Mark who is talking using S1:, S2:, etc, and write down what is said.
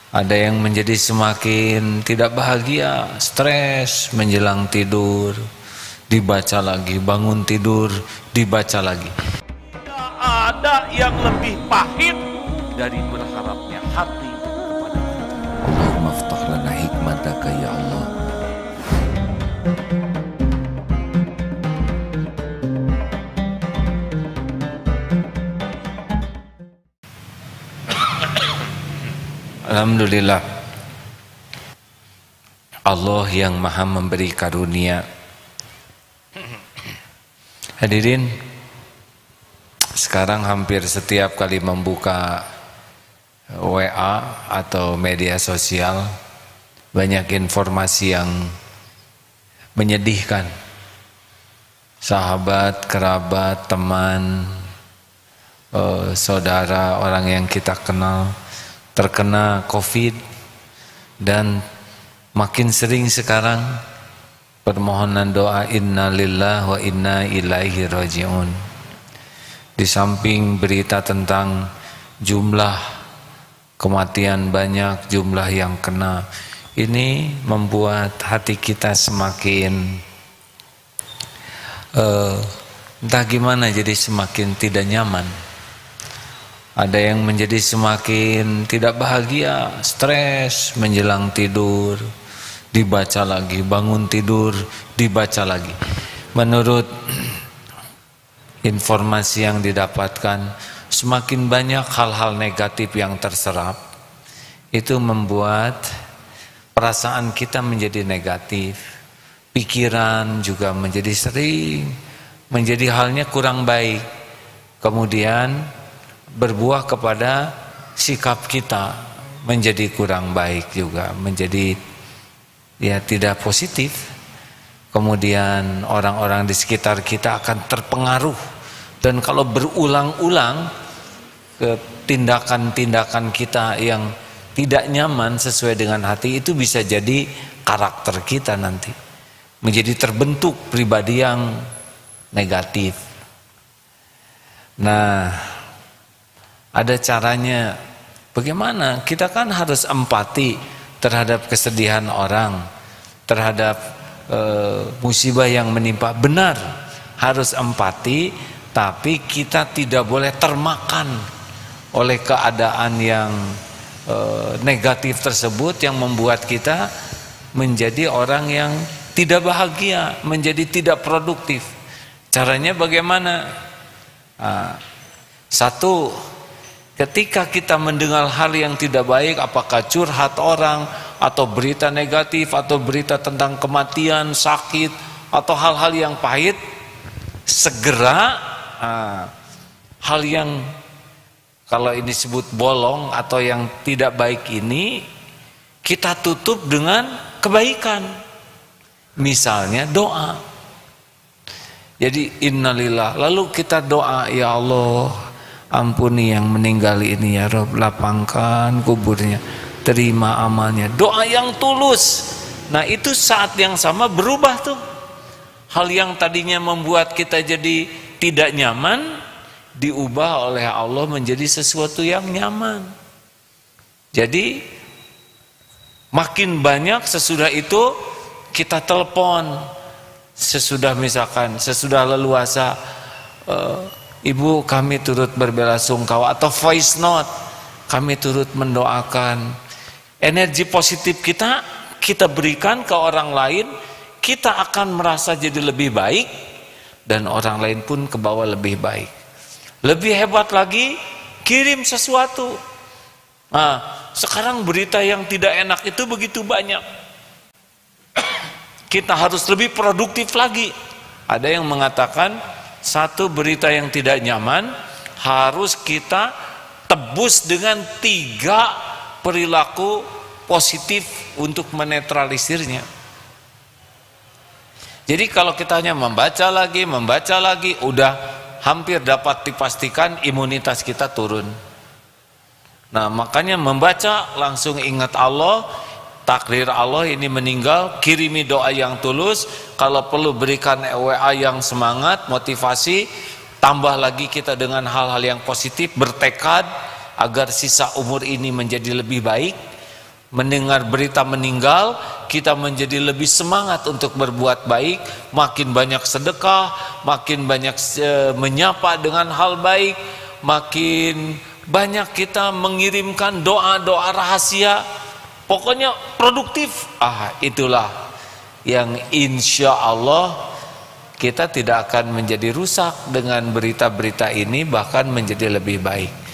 S1: Ada yang menjadi semakin tidak bahagia, stres menjelang tidur, dibaca lagi, bangun tidur, dibaca lagi.
S2: Tidak ada yang lebih pahit dari berharapnya hati kepada Allah.
S1: Allahumma ftah lana hikmataka ya Allah. Alhamdulillah, Allah yang maha memberi karunia. Hadirin, sekarang hampir setiap kali membuka WA atau media sosial, banyak informasi yang menyedihkan. Sahabat, kerabat, teman, saudara, orang yang kita kenal terkena COVID, dan makin sering sekarang permohonan doa inna lillahi wa inna ilaihi raji'un. Di samping berita tentang jumlah kematian banyak, jumlah yang kena, ini membuat hati kita semakin entah gimana, jadi semakin tidak nyaman. Ada yang menjadi semakin tidak bahagia, stres menjelang tidur, dibaca lagi, bangun tidur, dibaca lagi. Menurut informasi yang didapatkan, semakin banyak hal-hal negatif yang terserap. Itu membuat perasaan kita menjadi negatif, pikiran juga menjadi sering, menjadi halnya kurang baik. Kemudian berbuah kepada sikap kita menjadi kurang baik juga, menjadi ya tidak positif. Kemudian orang-orang di sekitar kita akan terpengaruh, dan kalau berulang-ulang ke tindakan-tindakan kita yang tidak nyaman sesuai dengan hati, itu bisa jadi karakter kita nanti menjadi terbentuk pribadi yang negatif. Nah, ada caranya. Bagaimana? Kita kan harus empati terhadap kesedihan orang, terhadap musibah yang menimpa. Benar, harus empati, tapi kita tidak boleh termakan oleh keadaan yang negatif tersebut, yang membuat kita menjadi orang yang tidak bahagia, menjadi tidak produktif. Caranya bagaimana? Satu, ketika kita mendengar hal yang tidak baik, apakah curhat orang, atau berita negatif, atau berita tentang kematian, sakit, atau hal-hal yang pahit, segera hal yang kalau ini disebut bolong atau yang tidak baik ini, kita tutup dengan kebaikan. Misalnya doa. Jadi innalillah, lalu kita doa, ya Allah, ampuni yang meninggal ini ya Rabb, lapangkan kuburnya, terima amalnya. Doa yang tulus. Nah, itu saat yang sama berubah tuh. Hal yang tadinya membuat kita jadi tidak nyaman, diubah oleh Allah menjadi sesuatu yang nyaman. Jadi makin banyak sesudah itu kita telepon, sesudah misalkan sesudah leluasa, Ibu, kami turut berbelasungkawa, atau voice note, kami turut mendoakan. Energi positif kita berikan ke orang lain, kita akan merasa jadi lebih baik, dan orang lain pun ke bawah lebih baik. Lebih hebat lagi, kirim sesuatu. Nah, sekarang berita yang tidak enak itu begitu banyak. Kita harus lebih produktif lagi. Ada yang mengatakan, satu berita yang tidak nyaman harus kita tebus dengan 3 perilaku positif untuk menetralisirnya. Jadi kalau kita hanya membaca lagi, udah hampir dapat dipastikan imunitas kita turun. Nah, makanya membaca langsung ingat Allah, takdir Allah ini meninggal, kirimi doa yang tulus, kalau perlu berikan WA yang semangat, motivasi, tambah lagi kita dengan hal-hal yang positif, bertekad agar sisa umur ini menjadi lebih baik. mendengar berita meninggal, kita menjadi lebih semangat untuk berbuat baik, makin banyak sedekah, makin banyak menyapa dengan hal baik, makin banyak kita mengirimkan doa-doa rahasia, pokoknya produktif. Itulah yang insya Allah kita tidak akan menjadi rusak dengan berita-berita ini, bahkan menjadi lebih baik.